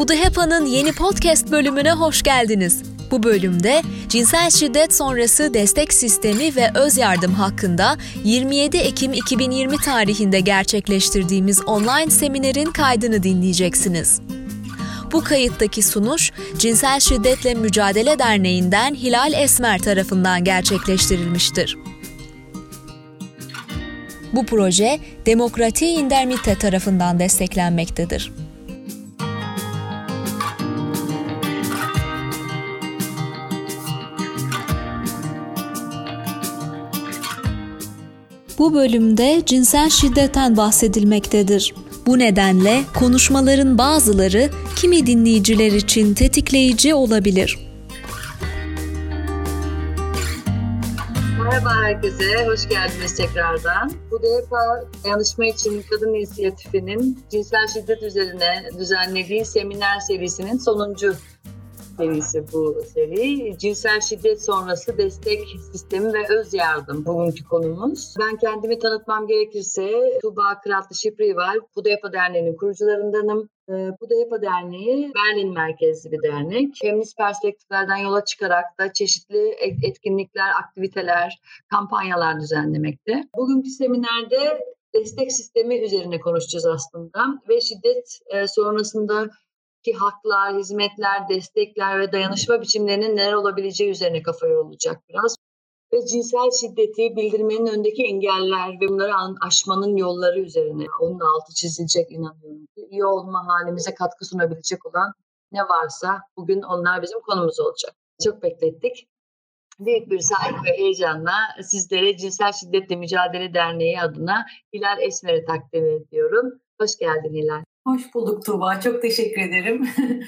Pudihepa'nın yeni podcast bölümüne hoş geldiniz. Bu bölümde cinsel şiddet sonrası destek sistemi ve öz yardım hakkında 27 Ekim 2020 tarihinde gerçekleştirdiğimiz online seminerin kaydını dinleyeceksiniz. Bu kayıttaki sunuş, Cinsel Şiddetle Mücadele Derneği'nden Hilal Esmer tarafından gerçekleştirilmiştir. Bu proje, Demokrati in der Mitte tarafından desteklenmektedir. Bu bölümde cinsel şiddetten bahsedilmektedir. Bu nedenle konuşmaların bazıları kimi dinleyiciler için tetikleyici olabilir. Merhaba herkese, hoş geldiniz tekrardan. Pudihepa Dayanışma için Kadın İnisiyatifi'nin cinsel şiddet üzerine düzenlediği seminer serisinin sonuncu serisi bu seri. Cinsel şiddet sonrası destek sistemi ve öz yardım bugünkü konumuz. Ben kendimi tanıtmam gerekirse Tuğba Kıratlı Şiprival, Pudihepa Derneği'nin kurucularındanım. Pudihepa Derneği Berlin merkezli bir dernek. Feminist perspektiflerden yola çıkarak da çeşitli etkinlikler, aktiviteler, kampanyalar düzenlemekte. Bugünkü seminerde destek sistemi üzerine konuşacağız aslında ve şiddet sonrasında ki haklar, hizmetler, destekler ve dayanışma biçimlerinin neler olabileceği üzerine kafa yorulacak biraz. Ve cinsel şiddeti bildirmenin önündeki engeller ve bunları aşmanın yolları üzerine onun da altı çizilecek inanıyorum ki. İyi olma halimize katkı sunabilecek olan ne varsa bugün onlar bizim konumuz olacak. Çok beklettik. Büyük bir saygı ve heyecanla sizlere Cinsel Şiddetle Mücadele Derneği adına Hilal Esmer'i takdim ediyorum. Hoş geldin Hilal. Hoş bulduk Tuğba. Çok teşekkür ederim.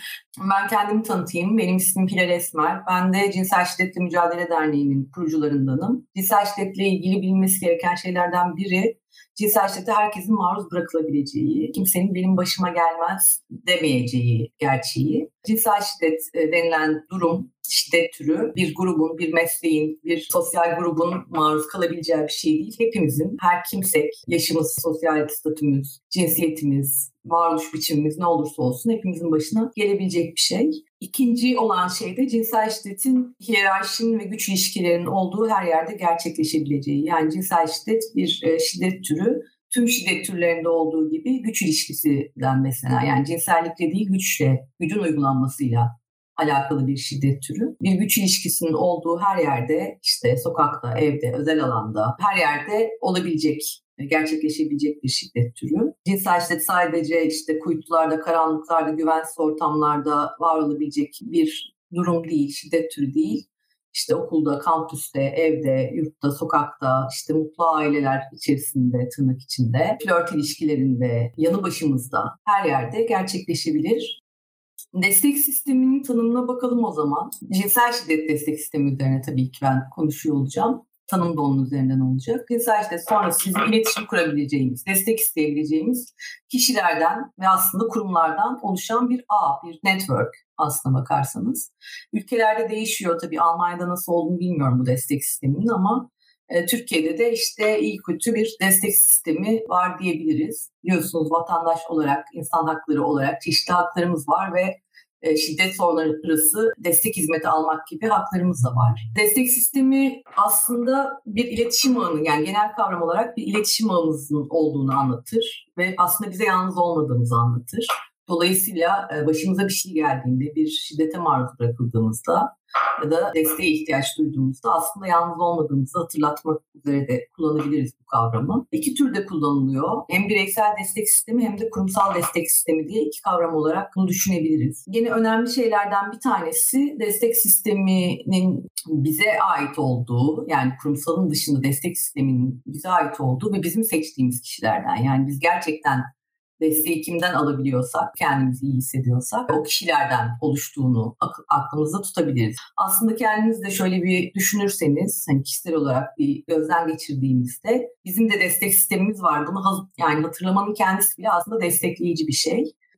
Ben kendimi tanıtayım. Benim ismim Hilal Esmer. Ben de Cinsel Şiddetle Mücadele Derneği'nin kurucularındanım. Cinsel şiddetle ilgili bilinmesi gereken şeylerden biri, cinsel şiddete herkesin maruz bırakılabileceği, kimsenin benim başıma gelmez demeyeceği gerçeği. Cinsel şiddet denilen durum, şiddet türü bir grubun, bir mesleğin, bir sosyal grubun maruz kalabileceği bir şey değil. Hepimizin, her kimsek, yaşımız, sosyal statümüz, cinsiyetimiz, varoluş biçimimiz ne olursa olsun hepimizin başına gelebilecek bir şey. İkinci olan şey de cinsel şiddetin hiyerarşinin ve güç ilişkilerinin olduğu her yerde gerçekleşebileceği. Yani cinsel şiddet bir şiddet türü. Tüm şiddet türlerinde olduğu gibi güç ilişkisinden mesela. Yani cinsellikle değil güçle, gücün uygulanmasıyla alakalı bir şiddet türü. Bir güç ilişkisinin olduğu her yerde, işte sokakta, evde, özel alanda, her yerde olabilecek, gerçekleşebilecek bir şiddet türü. Cinsel şiddet sadece işte kuytularda, karanlıklarda, güvensiz ortamlarda var olabilecek bir durum değil, şiddet türü değil. İşte okulda, kampüste, evde, yurtta, sokakta, işte mutlu aileler içerisinde, tırnak içinde, flört ilişkilerinde, yanı başımızda her yerde gerçekleşebilir. Destek sisteminin tanımına bakalım o zaman. Cinsel şiddet destek sistemi üzerine tabii ki ben konuşuyor olacağım. Tanım da onun üzerinden olacak. Cinsel şiddet sonrası sizin iletişim kurabileceğimiz, destek isteyebileceğimiz kişilerden ve aslında kurumlardan oluşan bir ağ, bir network aslına bakarsanız. Ülkelerde değişiyor tabii. Almanya'da nasıl olduğunu bilmiyorum bu destek sisteminin ama Türkiye'de de işte iyi kötü bir destek sistemi var diyebiliriz. Biliyorsunuz vatandaş olarak, insan hakları olarak çeşitli haklarımız var ve şiddet sonrası destek hizmeti almak gibi haklarımız da var. Destek sistemi aslında bir iletişim ağının, yani genel kavram olarak bir iletişim ağımızın olduğunu anlatır ve aslında bize yalnız olmadığımızı anlatır. Dolayısıyla başımıza bir şey geldiğinde, bir şiddete maruz bırakıldığımızda ya da desteğe ihtiyaç duyduğumuzda aslında yalnız olmadığımızı hatırlatmak üzere de kullanabiliriz bu kavramı. İki türde kullanılıyor. Hem bireysel destek sistemi hem de kurumsal destek sistemi diye iki kavram olarak bunu düşünebiliriz. Yine önemli şeylerden bir tanesi destek sisteminin bize ait olduğu, yani kurumsalın dışında destek sisteminin bize ait olduğu ve bizim seçtiğimiz kişilerden. Yani biz gerçekten desteği kimden alabiliyorsak, kendimizi iyi hissediyorsak o kişilerden oluştuğunu aklımızda tutabiliriz. Aslında kendiniz de şöyle bir düşünürseniz, hani kişisel olarak bir gözden geçirdiğimizde bizim de destek sistemimiz var. Bunu yani hatırlamanın kendisi bile aslında destekleyici bir şey.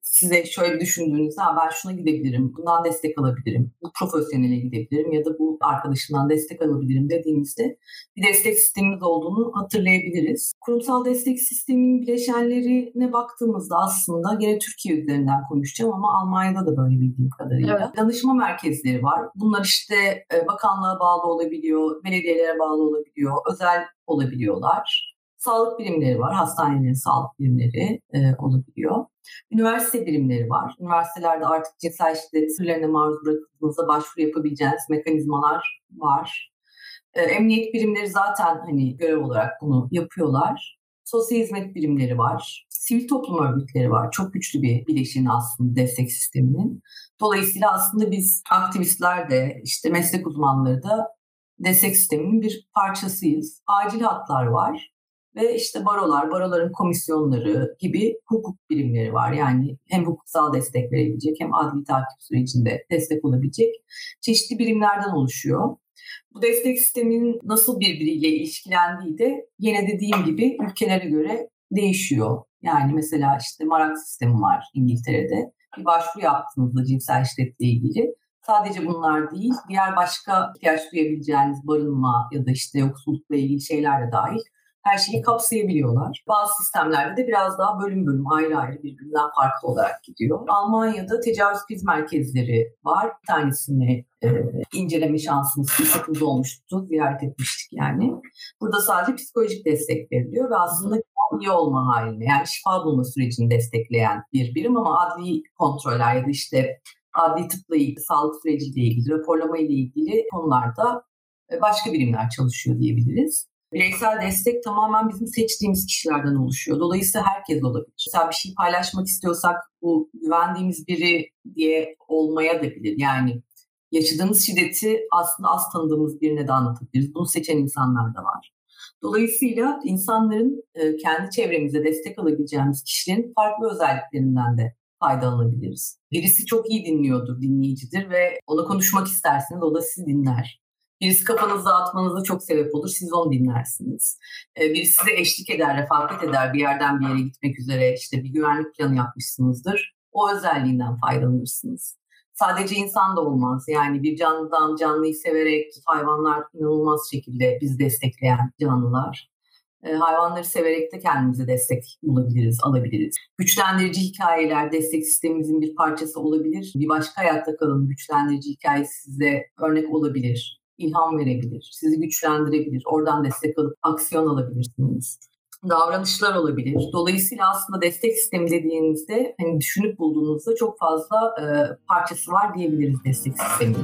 size şöyle bir düşündüğünüzde ben şuna gidebilirim, bundan destek alabilirim, bu profesyonele gidebilirim ya da bu arkadaşımdan destek alabilirim dediğimizde bir destek sistemimiz olduğunu hatırlayabiliriz. Kurumsal destek sisteminin bileşenlerine baktığımızda aslında gene Türkiye üzerinden konuşacağım ama Almanya'da da böyle bildiğim kadarıyla. Evet. Danışma merkezleri var. Bunlar işte bakanlığa bağlı olabiliyor, belediyelere bağlı olabiliyor, özel olabiliyorlar. Sağlık birimleri var, hastanelerin sağlık birimleri olabiliyor. Üniversite birimleri var. Üniversitelerde artık cinsel şiddet türlerine maruz bırakıldığınızda başvuru yapabileceğiniz mekanizmalar var. Emniyet birimleri zaten görev olarak bunu yapıyorlar. Sosyal hizmet birimleri var. Sivil toplum örgütleri var. Çok güçlü bir bileşeni aslında destek sisteminin. Dolayısıyla aslında biz aktivistler de meslek uzmanları da destek sisteminin bir parçasıyız. Acil hatlar var. Ve baroların komisyonları gibi hukuk birimleri var. Yani hem hukuksal destek verebilecek hem adli takip sürecinde destek olabilecek çeşitli birimlerden oluşuyor. Bu destek sisteminin nasıl birbiriyle ilişkilendiği de yine dediğim gibi ülkelere göre değişiyor. Yani mesela Marak sistemi var İngiltere'de. Bir başvuru yaptığınızda cinsel şiddetle ilgili sadece bunlar değil, diğer başka ihtiyaç duyabileceğiniz barınma ya da yoksullukla ilgili şeyler de dahil her şeyi kapsayabiliyorlar. Bazı sistemlerde de biraz daha bölüm ayrı ayrı birbirinden farklı olarak gidiyor. Almanya'da tecavüz kriz merkezleri var. Bir tanesini inceleme şansımız fırsatımız olmuştu. Ziyaret etmiştik yani. Burada sadece psikolojik destek veriliyor ve aslında iyi olma haline yani şifa bulma sürecini destekleyen bir birim ama adli kontroller ya da adli tıpla ilgili, sağlık süreciyle ilgili, raporlama ile ilgili konularda başka birimler çalışıyor diyebiliriz. Bireysel destek tamamen bizim seçtiğimiz kişilerden oluşuyor. Dolayısıyla herkes olabilir. Mesela bir şey paylaşmak istiyorsak bu güvendiğimiz biri diye olmaya da bilir. Yani yaşadığımız şiddeti aslında az tanıdığımız birine de anlatabiliriz. Bunu seçen insanlar da var. Dolayısıyla insanların kendi çevremizde destek alabileceğimiz kişilerin farklı özelliklerinden de faydalanabiliriz. Birisi çok iyi dinliyordur, dinleyicidir ve ona konuşmak isterseniz o da sizi dinler. Birisi kafanızı dağıtmanıza çok sebep olur, siz onu dinlersiniz. Birisi size eşlik eder, refakat eder bir yerden bir yere gitmek üzere bir güvenlik planı yapmışsınızdır. O özelliğinden faydalanırsınız. Sadece insan da olmaz. Yani bir canlıdan canlıyı severek hayvanlar inanılmaz şekilde bizi destekleyen canlılar. Hayvanları severek de kendimize destek bulabiliriz, alabiliriz. Güçlendirici hikayeler destek sistemimizin bir parçası olabilir. Bir başka hayatta kalan güçlendirici hikayesi size örnek olabilir. İlham verebilir, sizi güçlendirebilir. Oradan destek alıp aksiyon alabilirsiniz. Davranışlar olabilir. Dolayısıyla aslında destek sistemi dediğinizde düşünüp bulduğunuzda çok fazla parçası var diyebiliriz destek sisteminin.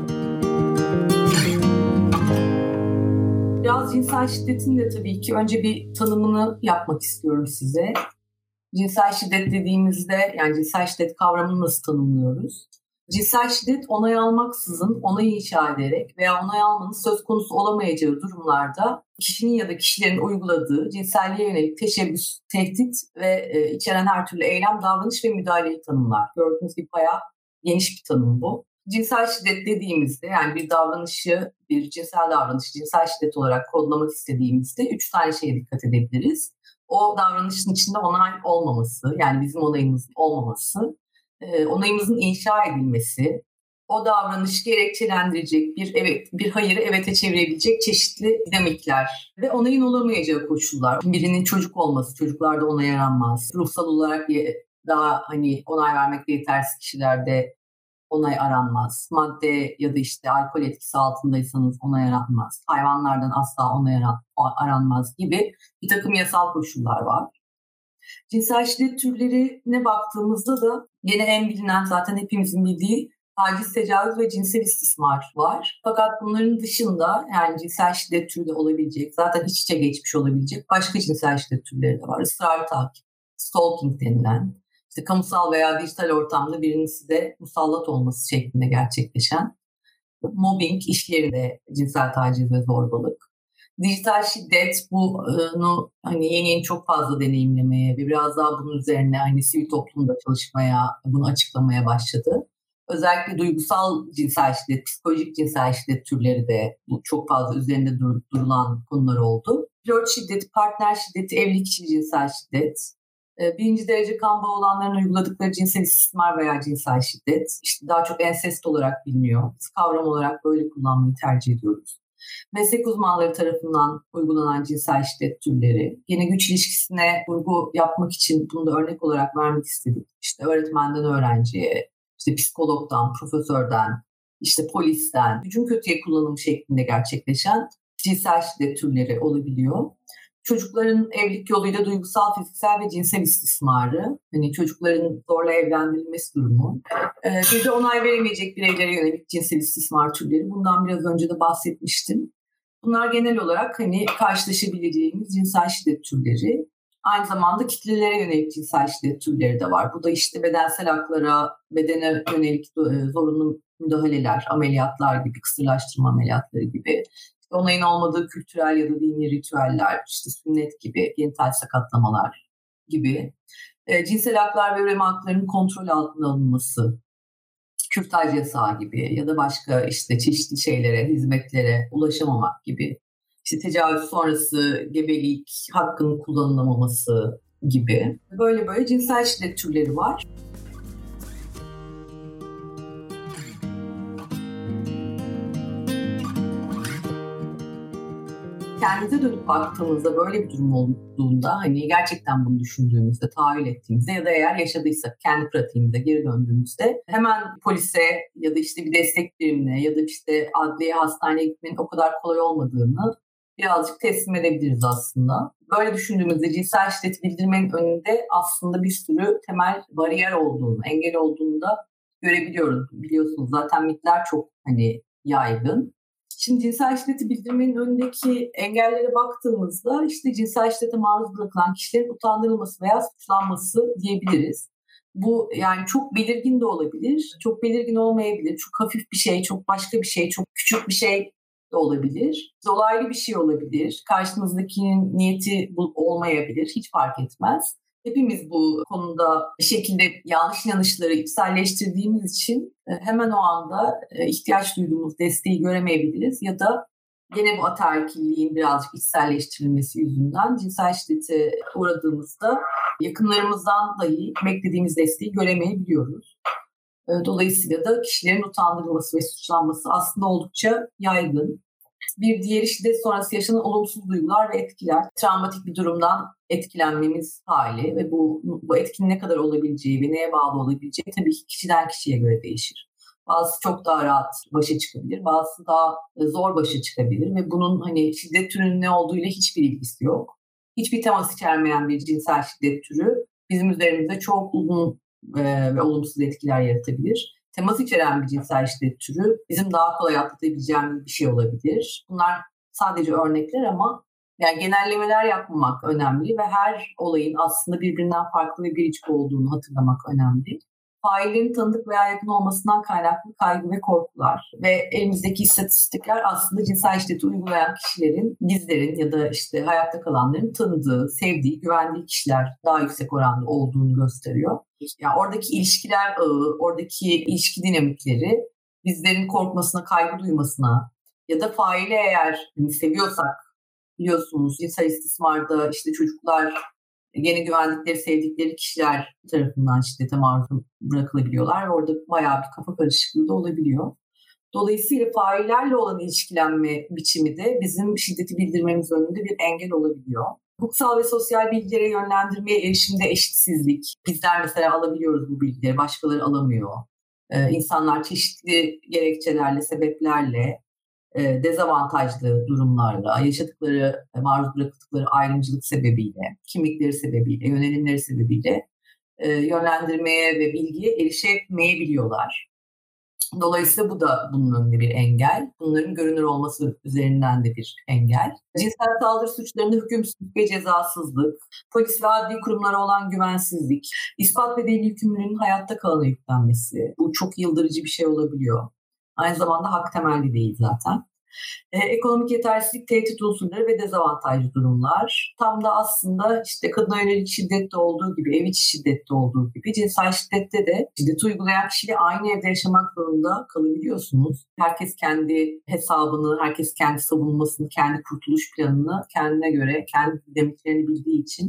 Biraz cinsel şiddetin de tabii ki önce bir tanımını yapmak istiyorum size. Cinsel şiddet dediğimizde yani cinsel şiddet kavramını nasıl tanımlıyoruz? Cinsel şiddet onay almaksızın onayı inşa ederek veya onay almanın söz konusu olamayacağı durumlarda kişinin ya da kişilerin uyguladığı cinselliğe yönelik teşebbüs, tehdit ve içeren her türlü eylem, davranış ve müdahaleyi tanımlar. Gördüğünüz gibi bayağı geniş bir tanım bu. Cinsel şiddet dediğimizde yani bir davranışı, bir cinsel davranışı cinsel şiddet olarak kodlamak istediğimizde 3 tane şeye dikkat edebiliriz. O davranışın içinde onay olmaması, yani bizim onayımızın olmaması, onayımızın inşa edilmesi, o davranışı gerekçelendirecek bir hayırı evete çevirebilecek çeşitli dinamikler ve onayın olamayacağı koşullar. Birinin çocuk olması, çocuklarda onay aranmaz. Ruhsal olarak daha onay vermekte yetersiz kişilerde onay aranmaz. Madde ya da alkol etkisi altındaysanız onay aranmaz. Hayvanlardan asla onay aranmaz gibi bir takım yasal koşullar var. Cinsel şiddet türlerine baktığımızda da yine en bilinen zaten hepimizin bildiği taciz, tecavüz ve cinsel istismar var. Fakat bunların dışında yani cinsel şiddet türü de olabilecek, zaten iç içe geçmiş olabilecek başka cinsel şiddet türleri de var. Israrlı takip, stalking denilen, kamusal veya dijital ortamda birinin size musallat olması şeklinde gerçekleşen mobbing, iş yerinde cinsel taciz ve zorbalık. Dijital şiddet bunu yeni çok fazla deneyimlemeye ve biraz daha bunun üzerine sivil toplumda çalışmaya, bunu açıklamaya başladı. Özellikle duygusal cinsel şiddet, psikolojik cinsel şiddet türleri de çok fazla üzerinde durulan konular oldu. Flört şiddeti, partner şiddeti, evlilik içi cinsel şiddet, Birinci derece kan bağı olanların uyguladıkları cinsel istismar veya cinsel şiddet, işte daha çok ensest olarak biliniyor. Biz kavram olarak böyle kullanmayı tercih ediyoruz. Meslek uzmanları tarafından uygulanan cinsel şiddet türleri, yine güç ilişkisine vurgu yapmak için bunu da örnek olarak vermek istedik. İşte öğretmenden öğrenciye, işte psikologdan, profesörden, işte polisten, gücün kötüye kullanımı şeklinde gerçekleşen cinsel şiddet türleri olabiliyor. Çocukların evlilik yoluyla duygusal, fiziksel ve cinsel istismarı, hani çocukların zorla evlendirilmesi durumu. Bir de onay veremeyecek bireylere yönelik cinsel istismar türleri. Bundan biraz önce de bahsetmiştim. Bunlar genel olarak hani karşılaşabileceğimiz cinsel şiddet türleri. Aynı zamanda kitlelere yönelik cinsel şiddet türleri de var. Bu da işte bedensel haklara, bedene yönelik zorunlu müdahaleler, ameliyatlar gibi, kısırlaştırma ameliyatları gibi. Onayın olmadığı kültürel ya da dini ritüeller, işte sünnet gibi, genital sakatlamalar gibi. Cinsel haklar ve üreme haklarının kontrol altına alınması, kürtaj yasağı gibi ya da başka işte çeşitli şeylere, hizmetlere ulaşamamak gibi. İşte tecavüz sonrası gebelik hakkının kullanılamaması gibi. Böyle cinsel şiddet türleri var. Kendimize dönüp baktığımızda böyle bir durum olduğunda hani gerçekten bunu düşündüğümüzde, tahayyül ettiğimizde ya da eğer yaşadıysak kendi pratiğimize geri döndüğümüzde hemen polise ya da işte bir destek birimine ya da işte adliye, hastaneye gitmenin o kadar kolay olmadığını birazcık teslim edebiliriz aslında. Böyle düşündüğümüzde cinsel şiddeti bildirmenin önünde aslında bir sürü temel bariyer olduğunu, engel olduğunu da görebiliyoruz. Biliyorsunuz zaten mitler çok hani yaygın. Şimdi cinsel şiddeti bildirmenin önündeki engellere baktığımızda işte cinsel şiddete maruz bırakılan kişilerin utandırılması veya suçlanması diyebiliriz. Bu yani çok belirgin de olabilir, çok belirgin olmayabilir, çok hafif bir şey, çok başka bir şey, çok küçük bir şey de olabilir. Dolaylı bir şey olabilir, karşımızdakinin niyeti olmayabilir, hiç fark etmez. Hepimiz bu konuda bir şekilde yanlış inanışları içselleştirdiğimiz için hemen o anda ihtiyaç duyduğumuz desteği göremeyebiliriz ya da gene bu ataerkilliğin birazcık içselleştirilmesi yüzünden cinsel şiddete uğradığımızda yakınlarımızdan dahi beklediğimiz desteği göremeyebiliyoruz. Dolayısıyla da kişilerin utandırılması ve suçlanması aslında oldukça yaygın. Bir diğeri şiddet sonrası yaşanan olumsuz duygular ve etkiler. Travmatik bir durumdan etkilenmemiz hali ve bu etkinin ne kadar olabileceği ve neye bağlı olabileceği tabii ki kişiden kişiye göre değişir. Bazısı çok daha rahat başa çıkabilir, bazısı daha zor başa çıkabilir ve bunun hani şiddet türünün ne olduğuyla hiçbir ilgisi yok. Hiçbir temas içermeyen bir cinsel şiddet türü bizim üzerimizde çok uzun ve olumsuz etkiler yaratabilir. Temas içeren bir cinsel şiddet türü bizim daha kolay atlatabileceğimiz bir şey olabilir. Bunlar sadece örnekler ama yani genellemeler yapmamak önemli ve her olayın aslında birbirinden farklı ve biricik olduğunu hatırlamak önemli. Faillerin tanıdık veya yakın olmasından kaynaklı kaygı ve korkular ve elimizdeki istatistikler aslında cinsel şiddeti uygulayan kişilerin, bizlerin ya da işte hayatta kalanların tanıdığı, sevdiği, güvendiği kişiler daha yüksek oranda olduğunu gösteriyor. Yani oradaki ilişkiler ağı, oradaki ilişki dinamikleri bizlerin korkmasına, kaygı duymasına ya da faili eğer seviyorsak, biliyorsunuz cinsel istismarda işte çocuklar gene güvendikleri, sevdikleri kişiler tarafından şiddete maruz bırakılabiliyorlar ve orada bayağı bir kafa karışıklığı da olabiliyor. Dolayısıyla faillerle olan ilişkilenme biçimi de bizim şiddeti bildirmemiz önünde bir engel olabiliyor. Hukuksal ve sosyal bilgilere yönlendirmeye erişimde eşitsizlik. Bizler mesela alabiliyoruz bu bilgileri, başkaları alamıyor. İnsanlar çeşitli gerekçelerle, sebeplerle, dezavantajlı durumlarla, yaşadıkları, maruz bırakıldıkları ayrımcılık sebebiyle, kimlikleri sebebiyle, yönelimleri sebebiyle yönlendirmeye ve bilgiye erişemeyebiliyorlar. Dolayısıyla bu da bunun önünde bir engel. Bunların görünür olması üzerinden de bir engel. Cinsel saldırı suçlarında hükümsüzlük ve cezasızlık, polis ve adli kurumlara olan güvensizlik, ispat ve delil yükümlülüğünün hayatta kalana yüklenmesi. Bu çok yıldırıcı bir şey olabiliyor. Aynı zamanda hak temelli değil zaten. Ekonomik yetersizlik, tehdit unsurları ve dezavantajlı durumlar. Tam da aslında işte kadına yönelik şiddette olduğu gibi, ev içi şiddette olduğu gibi cinsel şiddette de şiddet uygulayan kişiyle aynı evde yaşamak zorunda kalabiliyorsunuz. Herkes kendi hesabını, herkes kendi savunmasını, kendi kurtuluş planını kendine göre, kendi dinamiklerini bildiği için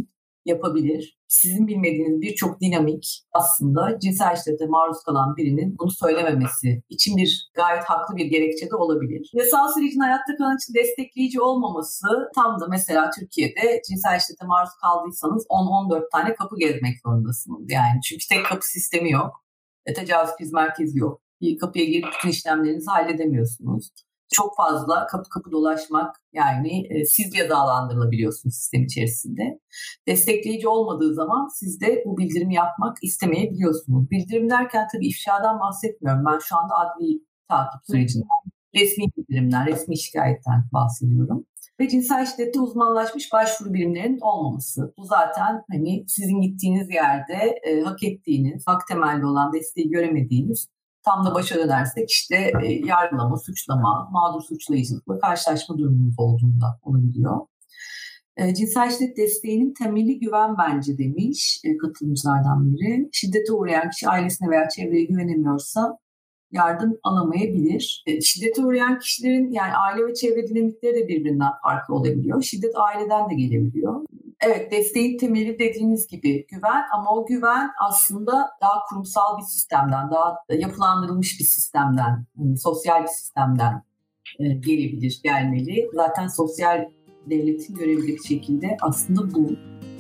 yapabilir. Sizin bilmediğiniz birçok dinamik aslında cinsel şiddete maruz kalan birinin bunu söylememesi için bir gayet haklı bir gerekçe de olabilir. Yasal sürecin hayatta kalan için destekleyici olmaması tam da mesela Türkiye'de cinsel şiddete maruz kaldıysanız 10-14 tane kapı gezmek zorundasınız. Yani çünkü tek kapı sistemi yok. Tecavüz kriz merkezi yok. Bir kapıya girip bütün işlemlerinizi halledemiyorsunuz. Çok fazla kapı kapı dolaşmak, yani siz cezalandırılabiliyorsunuz sistem içerisinde. Destekleyici olmadığı zaman siz de bu bildirimi yapmak istemeyebiliyorsunuz. Bildirim derken tabii ifşadan bahsetmiyorum. Ben şu anda adli takip sürecinden, resmi bildirimden, resmi şikayetten bahsediyorum. Ve cinsel şiddette uzmanlaşmış başvuru birimlerinin olmaması. Bu zaten hani sizin gittiğiniz yerde hak ettiğiniz, hak temelli olan desteği göremediğiniz, tam da başa dönersek işte yargılama, suçlama, mağdur suçlayıcılıkla karşılaşma durumunuz olduğunda olabiliyor. Cinsel şiddet desteğinin temeli güven bence demiş katılımcılardan biri. Şiddete uğrayan kişi ailesine veya çevreye güvenemiyorsa yardım alamayabilir. Şiddete uğrayan kişilerin yani aile ve çevre dinamikleri de birbirinden farklı olabiliyor. Şiddet aileden de gelebiliyor. Evet, desteğin temeli dediğiniz gibi güven, ama o güven aslında daha kurumsal bir sistemden, daha yapılandırılmış bir sistemden, yani sosyal bir sistemden gelebilir, gelmeli. Zaten sosyal devletin görevi bir şekilde aslında bu.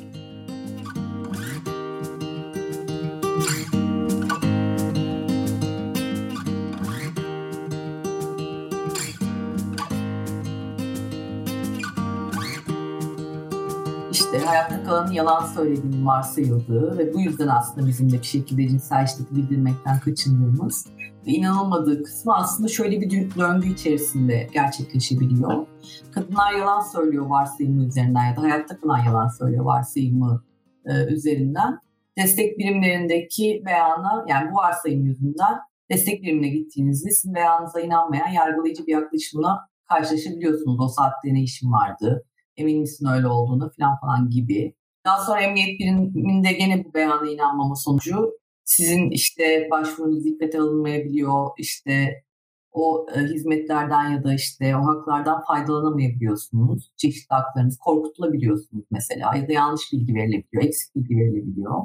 İşte hayatta kalanın yalan söylediğinin varsayıldığı ve bu yüzden aslında bizim de bir şekilde cinsel şiddeti bildirmekten kaçındığımız ve inanılmadığı kısmı aslında şöyle bir döngü içerisinde gerçekleşebiliyor. Kadınlar yalan söylüyor varsayımı üzerinden ya da hayatta kalan yalan söylüyor varsayımı üzerinden. Destek birimlerindeki beyana, yani bu varsayım yüzünden destek birimine gittiğinizde sizin beyanınıza inanmayan yargılayıcı bir yaklaşımla karşılaşabiliyorsunuz. O saatte ne işim vardı? Emin misin öyle olduğunu falan gibi. Daha sonra emniyet biriminde gene bu beyana inanmama sonucu sizin işte başvurunuz dikkate alınmayabiliyor. İşte o hizmetlerden ya da işte o haklardan faydalanamayabiliyorsunuz. Çeşitli haklarınız korkutulabiliyorsunuz mesela ya da yanlış bilgi verilebiliyor, eksik bilgi verilebiliyor.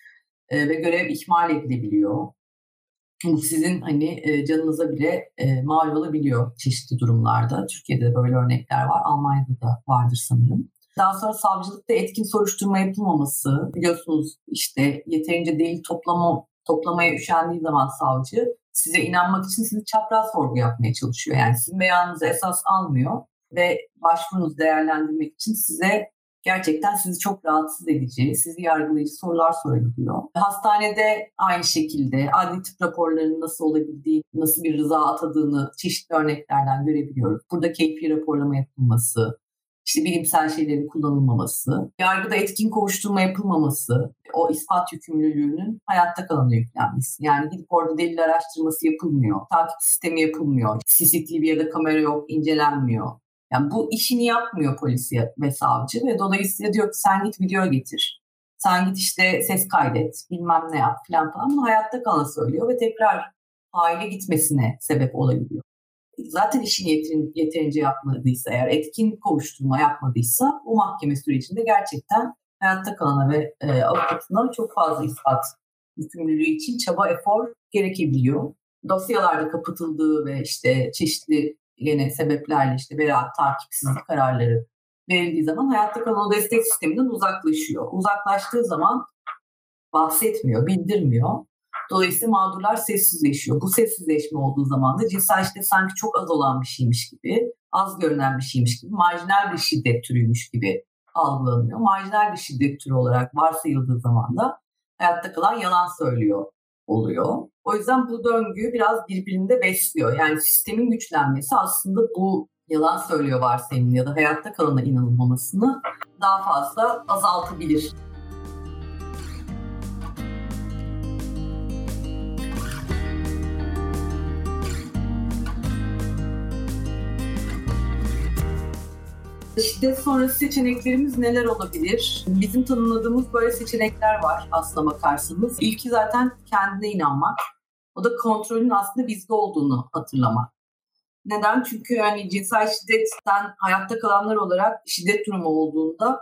Ve görev ihmal edilebiliyor. Bu sizin hani canınıza bile mal olabiliyor çeşitli durumlarda. Türkiye'de de böyle örnekler var. Almanya'da da vardır sanırım. Daha sonra savcılıkta etkin soruşturma yapılmaması. Biliyorsunuz işte yeterince delil toplamaya üşendiği zaman savcı size inanmak için sizi çapraz sorgu yapmaya çalışıyor. Yani sizin beyanınızı esas almıyor ve başvurunuzu değerlendirmek için gerçekten sizi çok rahatsız edici, sizi yargılayıcı sorular sorabiliyor. Hastanede aynı şekilde adli tıp raporlarının nasıl olabildiği, nasıl bir rıza atadığını çeşitli örneklerden görebiliyoruz. Burada keyfi raporlama yapılması, işte bilimsel şeylerin kullanılmaması, yargıda etkin kovuşturma yapılmaması, o ispat yükümlülüğünün hayatta kalana yüklenmesi. Yani gidip orada delil araştırması yapılmıyor, takip sistemi yapılmıyor, CCTV ya da kamera yok, incelenmiyor. Yani bu işini yapmıyor polis ve savcı ve dolayısıyla diyor ki sen git video getir. Sen git işte ses kaydet, bilmem ne yap falan. Ama hayatta kalana söylüyor ve tekrar aile gitmesine sebep olabiliyor. Zaten işini yeterince yapmadıysa, eğer etkin kovuşturma yapmadıysa o mahkeme sürecinde gerçekten hayatta kalana ve avukatına çok fazla ispat yükümlülüğü için çaba, efor gerekebiliyor. Dosyalarda kapatıldığı ve işte çeşitli yine sebeplerle işte beraat takipsizlik kararları verildiği zaman hayatta kalan o destek sisteminden uzaklaşıyor. Uzaklaştığı zaman bahsetmiyor, bildirmiyor. Dolayısıyla mağdurlar sessizleşiyor. Bu sessizleşme olduğu zaman da cinsel şiddet sanki çok az olan bir şeymiş gibi, az görünen bir şeymiş gibi, marjinal bir şiddet türüymüş gibi algılanıyor. Marjinal bir şiddet türü olarak varsayıldığı zaman da hayatta kalan yalan söylüyor oluyor. O yüzden bu döngü biraz birbirinde besliyor. Yani sistemin güçlenmesi aslında bu yalan söylüyor varsayımın ya da hayatta kalana inanılmamasını daha fazla azaltabilir. Şiddet sonrası seçeneklerimiz neler olabilir? Bizim tanımladığımız böyle seçenekler var aslına bakarsanız. İlki zaten kendine inanmak. O da kontrolün aslında bizde olduğunu hatırlamak. Neden? Çünkü yani cinsel şiddetten hayatta kalanlar olarak şiddet durumu olduğunda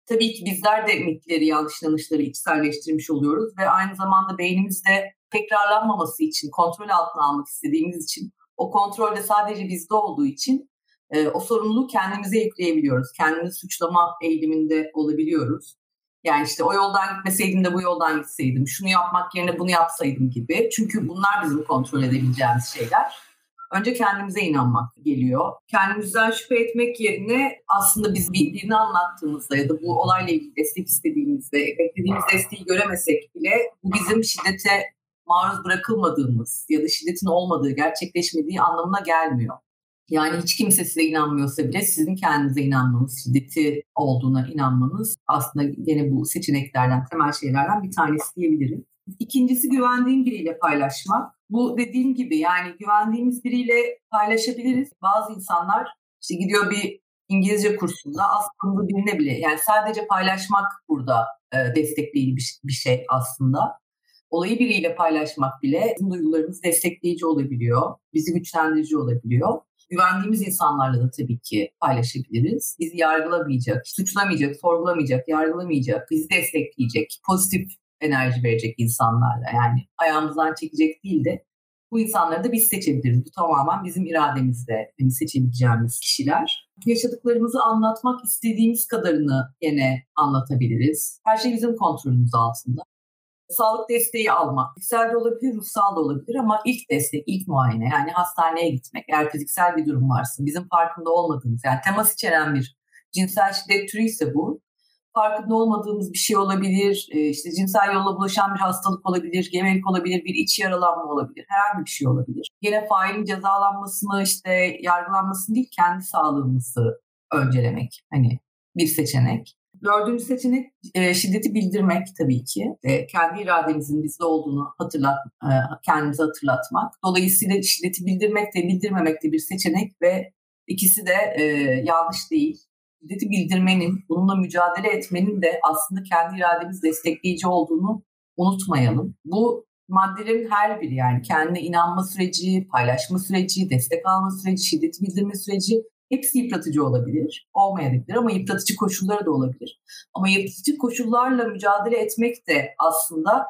tabii ki bizler de mitleri, yanlış inanışları içselleştirmiş oluyoruz ve aynı zamanda beynimizde tekrarlanmaması için, kontrol altına almak istediğimiz için, o kontrol de sadece bizde olduğu için o sorumluluğu kendimize yükleyebiliyoruz. Kendimizi suçlama eğiliminde olabiliyoruz. Yani işte o yoldan gitmeseydim de bu yoldan gitseydim, şunu yapmak yerine bunu yapsaydım gibi. Çünkü bunlar bizim kontrol edebileceğimiz şeyler. Önce kendimize inanmak geliyor. Kendimizden şüphe etmek yerine aslında biz birini anlattığımızda ya da bu olayla ilgili destek istediğimizde, beklediğimiz desteği göremesek bile bu bizim şiddete maruz bırakılmadığımız ya da şiddetin olmadığı, gerçekleşmediği anlamına gelmiyor. Yani hiç kimse size inanmıyorsa bile sizin kendinize inanmanız, şiddeti olduğuna inanmanız aslında gene bu seçeneklerden, temel şeylerden bir tanesi diyebilirim. İkincisi güvendiğim biriyle paylaşmak. Bu dediğim gibi yani güvendiğimiz biriyle paylaşabiliriz. Bazı insanlar işte gidiyor bir İngilizce kursunda aslında birine bile yani sadece paylaşmak burada destekleyici bir şey aslında. Olayı biriyle paylaşmak bile bizim duygularımız destekleyici olabiliyor, bizi güçlendirici olabiliyor. Güvendiğimiz insanlarla da tabii ki paylaşabiliriz. Bizi yargılamayacak, suçlamayacak, sorgulamayacak, yargılamayacak, bizi destekleyecek, pozitif enerji verecek insanlarla yani ayağımızdan çekecek değil de bu insanları da biz seçebiliriz. Bu tamamen bizim irademizde seçebileceğimiz kişiler. Yaşadıklarımızı anlatmak istediğimiz kadarını gene anlatabiliriz. Her şey bizim kontrolümüz altında. Sağlık desteği almak, fiziksel de olabilir, ruhsal da olabilir ama ilk destek, ilk muayene yani hastaneye gitmek eğer fiziksel bir durum varsa bizim farkında olmadığımız yani temas içeren bir cinsel şiddet türü ise bu. Farkında olmadığımız bir şey olabilir, işte cinsel yolla bulaşan bir hastalık olabilir, gebelik olabilir, bir iç yaralanma olabilir, herhangi bir şey olabilir. Yine failin cezalanmasını, işte yargılanmasını değil, kendi sağlığımızı öncelemek hani bir seçenek. Dördüncü seçenek şiddeti bildirmek tabii ki. Kendi irademizin bizde olduğunu kendimize hatırlatmak. Dolayısıyla şiddeti bildirmek de bildirmemek de bir seçenek ve ikisi de yanlış değil. Şiddeti bildirmenin, bununla mücadele etmenin de aslında kendi irademiz destekleyici olduğunu unutmayalım. Bu maddelerin her biri yani kendine inanma süreci, paylaşma süreci, destek alma süreci, şiddeti bildirme süreci hepsi yıpratıcı olabilir, olmayabilir ama yıpratıcı koşulları da olabilir. Ama yıpratıcı koşullarla mücadele etmek de aslında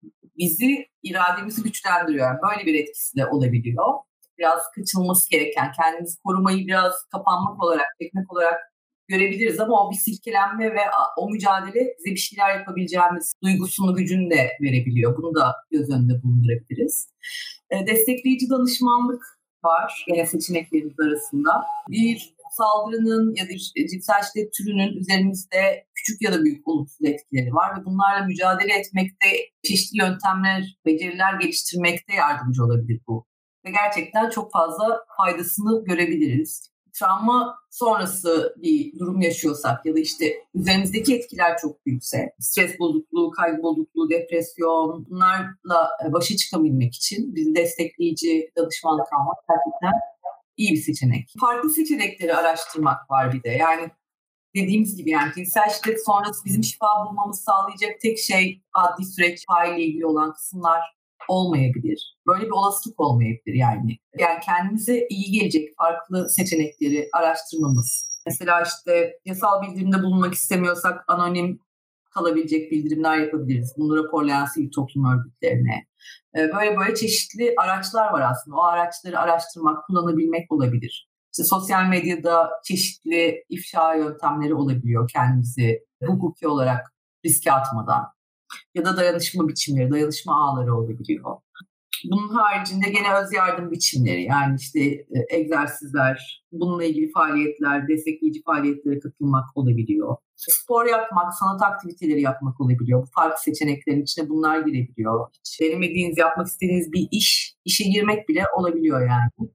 bizi, irademizi güçlendiriyor. Yani böyle bir etkisi de olabiliyor. Biraz kaçınılması gereken, kendimizi korumayı biraz kapanmak olarak, çekmek olarak görebiliriz ama o bir silkelenme ve o mücadele bize bir şeyler yapabileceğimiz duygusunu, gücünü de verebiliyor. Bunu da göz önünde bulundurabiliriz. Destekleyici danışmanlık var gene seçeneklerimiz arasında. Bir saldırının ya da bir cinsel şiddet türünün üzerimizde küçük ya da büyük olumsuz etkileri var ve bunlarla mücadele etmekte, çeşitli yöntemler, beceriler geliştirmekte yardımcı olabilir bu. Ve gerçekten çok fazla faydasını görebiliriz. Travma sonrası bir durum yaşıyorsak ya da işte üzerimizdeki etkiler çok büyükse, stres bozukluğu, kaygı bozukluğu, depresyon, bunlarla başa çıkabilmek için bizi destekleyici danışmanlık almak gerçekten iyi bir seçenek. Farklı seçenekleri araştırmak var bir de. Yani dediğimiz gibi yani cinsel şiddet sonrası bizim şifa bulmamızı sağlayacak tek şey adli süreç, faille ilgili olan kısımlar olmayabilir. Böyle bir olasılık olmayabilir yani. Yani kendimize iyi gelecek farklı seçenekleri araştırmamız. Mesela işte yasal bildirimde bulunmak istemiyorsak anonim kalabilecek bildirimler yapabiliriz. Bunu raporlayan sivil toplum örgütlerine. Böyle çeşitli araçlar var aslında. O araçları araştırmak, kullanabilmek olabilir. İşte sosyal medyada çeşitli ifşa yöntemleri olabiliyor kendimizi hukuki olarak riske atmadan. Ya da dayanışma biçimleri, dayanışma ağları olabiliyor. Bunun haricinde gene öz yardım biçimleri yani işte egzersizler, bununla ilgili faaliyetler, destekleyici faaliyetlere katılmak olabiliyor. Spor yapmak, sanat aktiviteleri yapmak olabiliyor. Bu farklı seçeneklerin içine bunlar girebiliyor. Hiç denemediğiniz, yapmak istediğiniz bir işe girmek bile olabiliyor yani.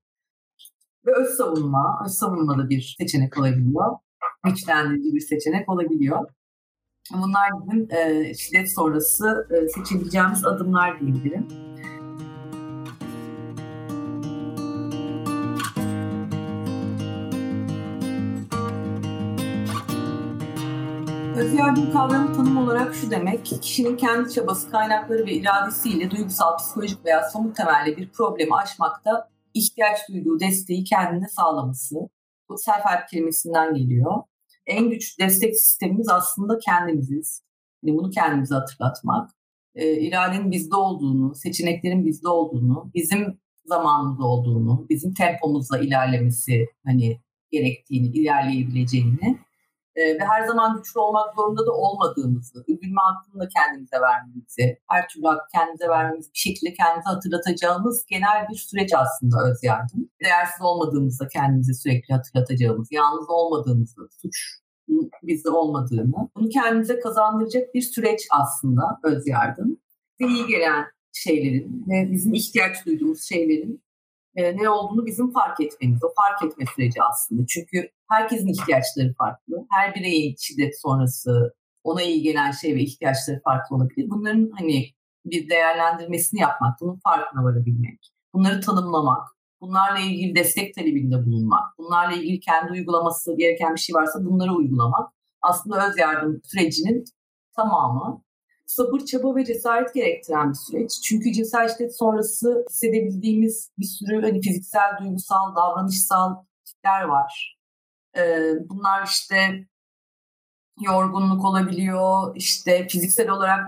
Ve öz savunma da bir seçenek olabiliyor. Güçlendirici bir seçenek olabiliyor. Bunlar bizim şiddet sonrası seçebileceğimiz adımlar diyebilirim. Öz yardım kavramı tanım olarak şu demek, kişinin kendi çabası, kaynakları ve iradesiyle duygusal, psikolojik veya somut temelli bir problemi aşmakta ihtiyaç duyduğu desteği kendine sağlaması. Bu self-help kelimesinden geliyor. En güçlü destek sistemimiz aslında kendimiziz. Yani bunu kendimize hatırlatmak. İradenin bizde olduğunu, seçeneklerin bizde olduğunu, bizim zamanımız olduğunu, bizim tempomuzla ilerlemesi gerektiğini, ilerleyebileceğini ve her zaman güçlü olmak zorunda da olmadığımızı, üzülme hakkını da kendimize vermemizi, her türlü hakkı kendimize vermemizi bir şekilde kendimize hatırlatacağımız genel bir süreç aslında öz yardım. Değersiz olmadığımızda kendimize sürekli hatırlatacağımız, yalnız olmadığımızda, suç bizde olmadığını, bunu kendimize kazandıracak bir süreç aslında öz yardım. Bize iyi gelen şeylerin ve bizim ihtiyaç duyduğumuz şeylerin ne olduğunu bizim fark etmemiz, o fark etme süreci aslında. Çünkü herkesin ihtiyaçları farklı. Her bireyin şiddet sonrası ona iyi gelen şey ve ihtiyaçları farklı olabilir. Bunların bir değerlendirmesini yapmak, bunun farkına varabilmek, bunları tanımlamak, bunlarla ilgili destek talebinde bulunmak, bunlarla ilgili kendi uygulaması gereken bir şey varsa bunları uygulamak aslında öz yardım sürecinin tamamı. Sabır, çaba ve cesaret gerektiren bir süreç. Çünkü cinsel şiddet sonrası hissedebildiğimiz bir sürü fiziksel, duygusal, davranışsal tipler var. Bunlar yorgunluk olabiliyor, fiziksel olarak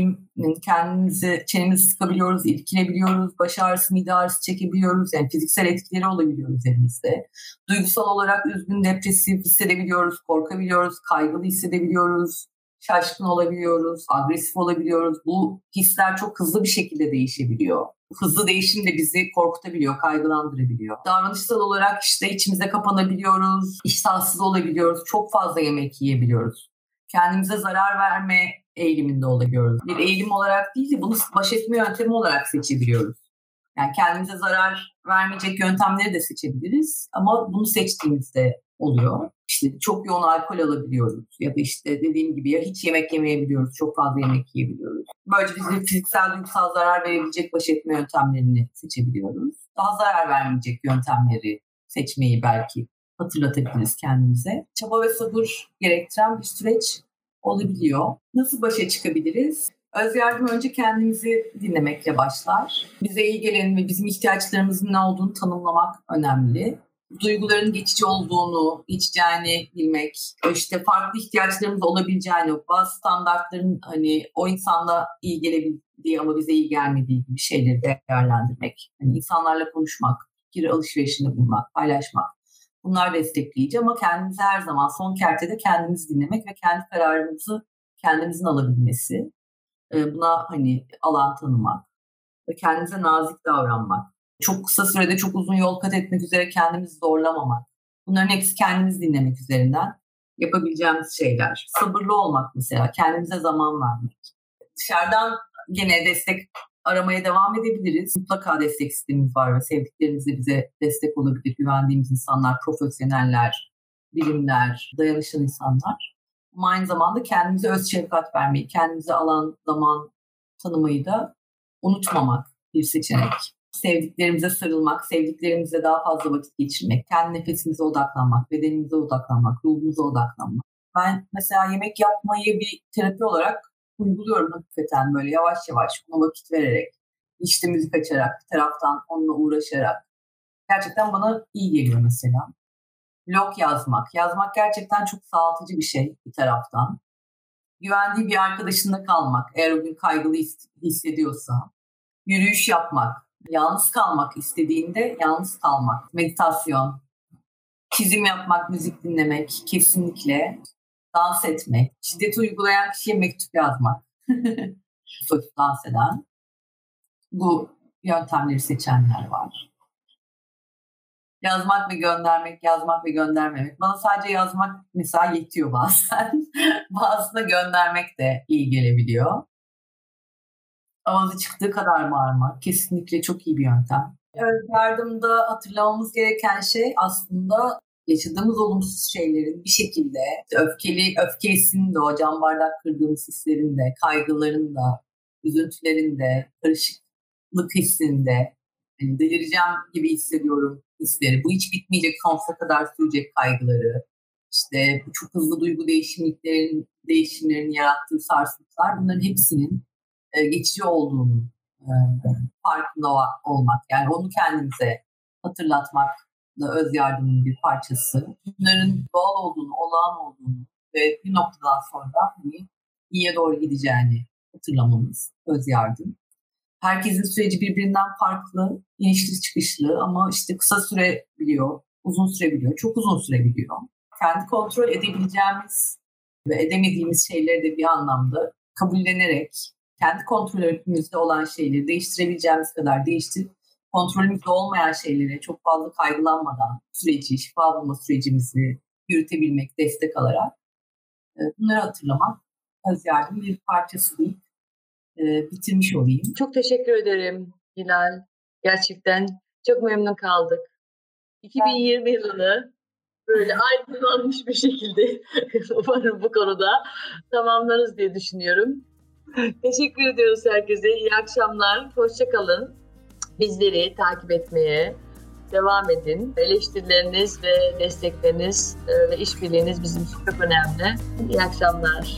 çenemizi sıkabiliyoruz, irkilebiliyoruz, baş ağrısı, mide ağrısı çekebiliyoruz. Yani fiziksel etkileri olabiliyor üzerimizde. Duygusal olarak üzgün, depresif hissedebiliyoruz, korkabiliyoruz, kaygılı hissedebiliyoruz, şaşkın olabiliyoruz, agresif olabiliyoruz. Bu hisler çok hızlı bir şekilde değişebiliyor. Hızlı değişim de bizi korkutabiliyor, kaygılandırabiliyor. Davranışsal olarak içimize kapanabiliyoruz, iştahsız olabiliyoruz, çok fazla yemek yiyebiliyoruz. Kendimize zarar verme eğiliminde olabiliyoruz. Bir eğilim olarak değil de bunu baş etme yöntemi olarak seçebiliyoruz. Yani kendimize zarar vermeyecek yöntemleri de seçebiliriz ama bunu seçtiğimizde oluyor. Çok yoğun alkol alabiliyoruz ya da dediğim gibi ya hiç yemek yemeyebiliyoruz, çok fazla yemek yiyebiliyoruz. Böylece bize fiziksel, duygusal zarar verebilecek baş etme yöntemlerini seçebiliyoruz. Daha zarar vermeyecek yöntemleri seçmeyi belki hatırlatabiliriz kendimize. Çaba ve sabır gerektiren bir süreç olabiliyor. Nasıl başa çıkabiliriz? Öz yardım önce kendimizi dinlemekle başlar. Bize iyi gelen ve bizim ihtiyaçlarımızın ne olduğunu tanımlamak önemli. Duyguların geçici olduğunu, geçeceğini bilmek, farklı ihtiyaçlarımız olabileceğini, bazı standartların o insanda iyi gelebildiği ama bize iyi gelmediği gibi şeyleri değerlendirmek. İnsanlarla konuşmak, fikir alışverişinde bulunmak, paylaşmak. Bunlar destekleyici ama kendimizi her zaman son kertede kendimizi dinlemek ve kendi kararımızı kendimizin alabilmesi. Buna alan tanımak ve kendimize nazik davranmak. Çok kısa sürede çok uzun yol kat etmek üzere kendimizi zorlamamak. Bunların hepsi kendimizi dinlemek üzerinden yapabileceğimiz şeyler. Sabırlı olmak mesela, kendimize zaman vermek. Dışarıdan gene destek aramaya devam edebiliriz. Mutlaka destek sistemimiz var ve sevdiklerimiz de bize destek olabilir. Güvendiğimiz insanlar, profesyoneller, bilimler, dayanışan insanlar. Ama aynı zamanda kendimize öz şefkat vermeyi, kendimize alan, zaman tanımayı da unutmamak bir seçenek. Sevdiklerimize sarılmak, sevdiklerimizle daha fazla vakit geçirmek, kendi nefesimize odaklanmak, bedenimize odaklanmak, ruhumuza odaklanmak. Ben mesela yemek yapmayı bir terapi olarak uyguluyorum hakikaten böyle yavaş yavaş ona vakit vererek, müzik açarak, bir taraftan onunla uğraşarak. Gerçekten bana iyi geliyor mesela. Blog yazmak. Yazmak gerçekten çok sağaltıcı bir şey bir taraftan. Güvendiği bir arkadaşında kalmak, eğer o gün kaygılı hissediyorsa. Yürüyüş yapmak. Yalnız kalmak istediğinde yalnız kalmak. Meditasyon. Çizim yapmak, müzik dinlemek kesinlikle. Dans etmek. Şiddeti uygulayan kişiye mektup yazmak. Dans eden. Bu yöntemleri seçenler var. Yazmak ve göndermek, yazmak ve göndermemek. Bana sadece yazmak mesela yetiyor bazen. Bazısına göndermek de iyi gelebiliyor. Ağzı çıktığı kadar bağırmak kesinlikle çok iyi bir yöntem. Öz yardımda hatırlamamız gereken şey aslında yaşadığımız olumsuz şeylerin bir şekilde öfkesinin de, o cam bardak kırdığımız hislerin de, kaygıların da, üzüntülerin de, karışıklık hissinde, delireceğim gibi hissediyorum hisleri, bu hiç bitmeyecek, sonsuza kadar sürecek kaygıları, bu çok hızlı duygu değişimlerinin yarattığı sarsıntılar, bunların hepsinin geçici olduğunu farkında olmak, yani onu kendimize hatırlatmak da öz yardımın bir parçası. Bunların doğal olduğunu, olağan olduğunu ve bir noktadan sonra iyiye doğru gideceğini hatırlamamız öz yardım. Herkesin süreci birbirinden farklı, inişli çıkışlı ama kısa sürebiliyor, uzun sürebiliyor, çok uzun sürebiliyor. Kendi kontrol edebileceğimiz ve edemediğimiz şeyleri de bir anlamda kabullenerek kendi kontrolümüzde olan şeyleri değiştirebileceğimiz kadar değiştirip kontrolümüzde olmayan şeylere çok fazla kaygılanmadan süreci, şifa bulma sürecimizi yürütebilmek, destek alarak bunları hatırlamak öz yardım bir parçası değil. Bitirmiş olayım. Çok teşekkür ederim Hilal. Gerçekten çok memnun kaldık. 2020 yılını böyle aydınlanmış bir şekilde umarım bu konuda tamamlarız diye düşünüyorum. Teşekkür ediyoruz herkese. İyi akşamlar. Hoşça kalın. Bizleri takip etmeye devam edin. Eleştirileriniz ve destekleriniz ve işbirliğiniz bizim için çok önemli. İyi akşamlar.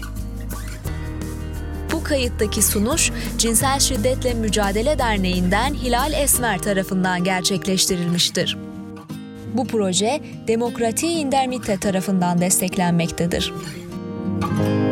Bu kayıttaki sunuş Cinsel Şiddetle Mücadele Derneği'nden Hilal Esmer tarafından gerçekleştirilmiştir. Bu proje Demokratie in der Mitte tarafından desteklenmektedir.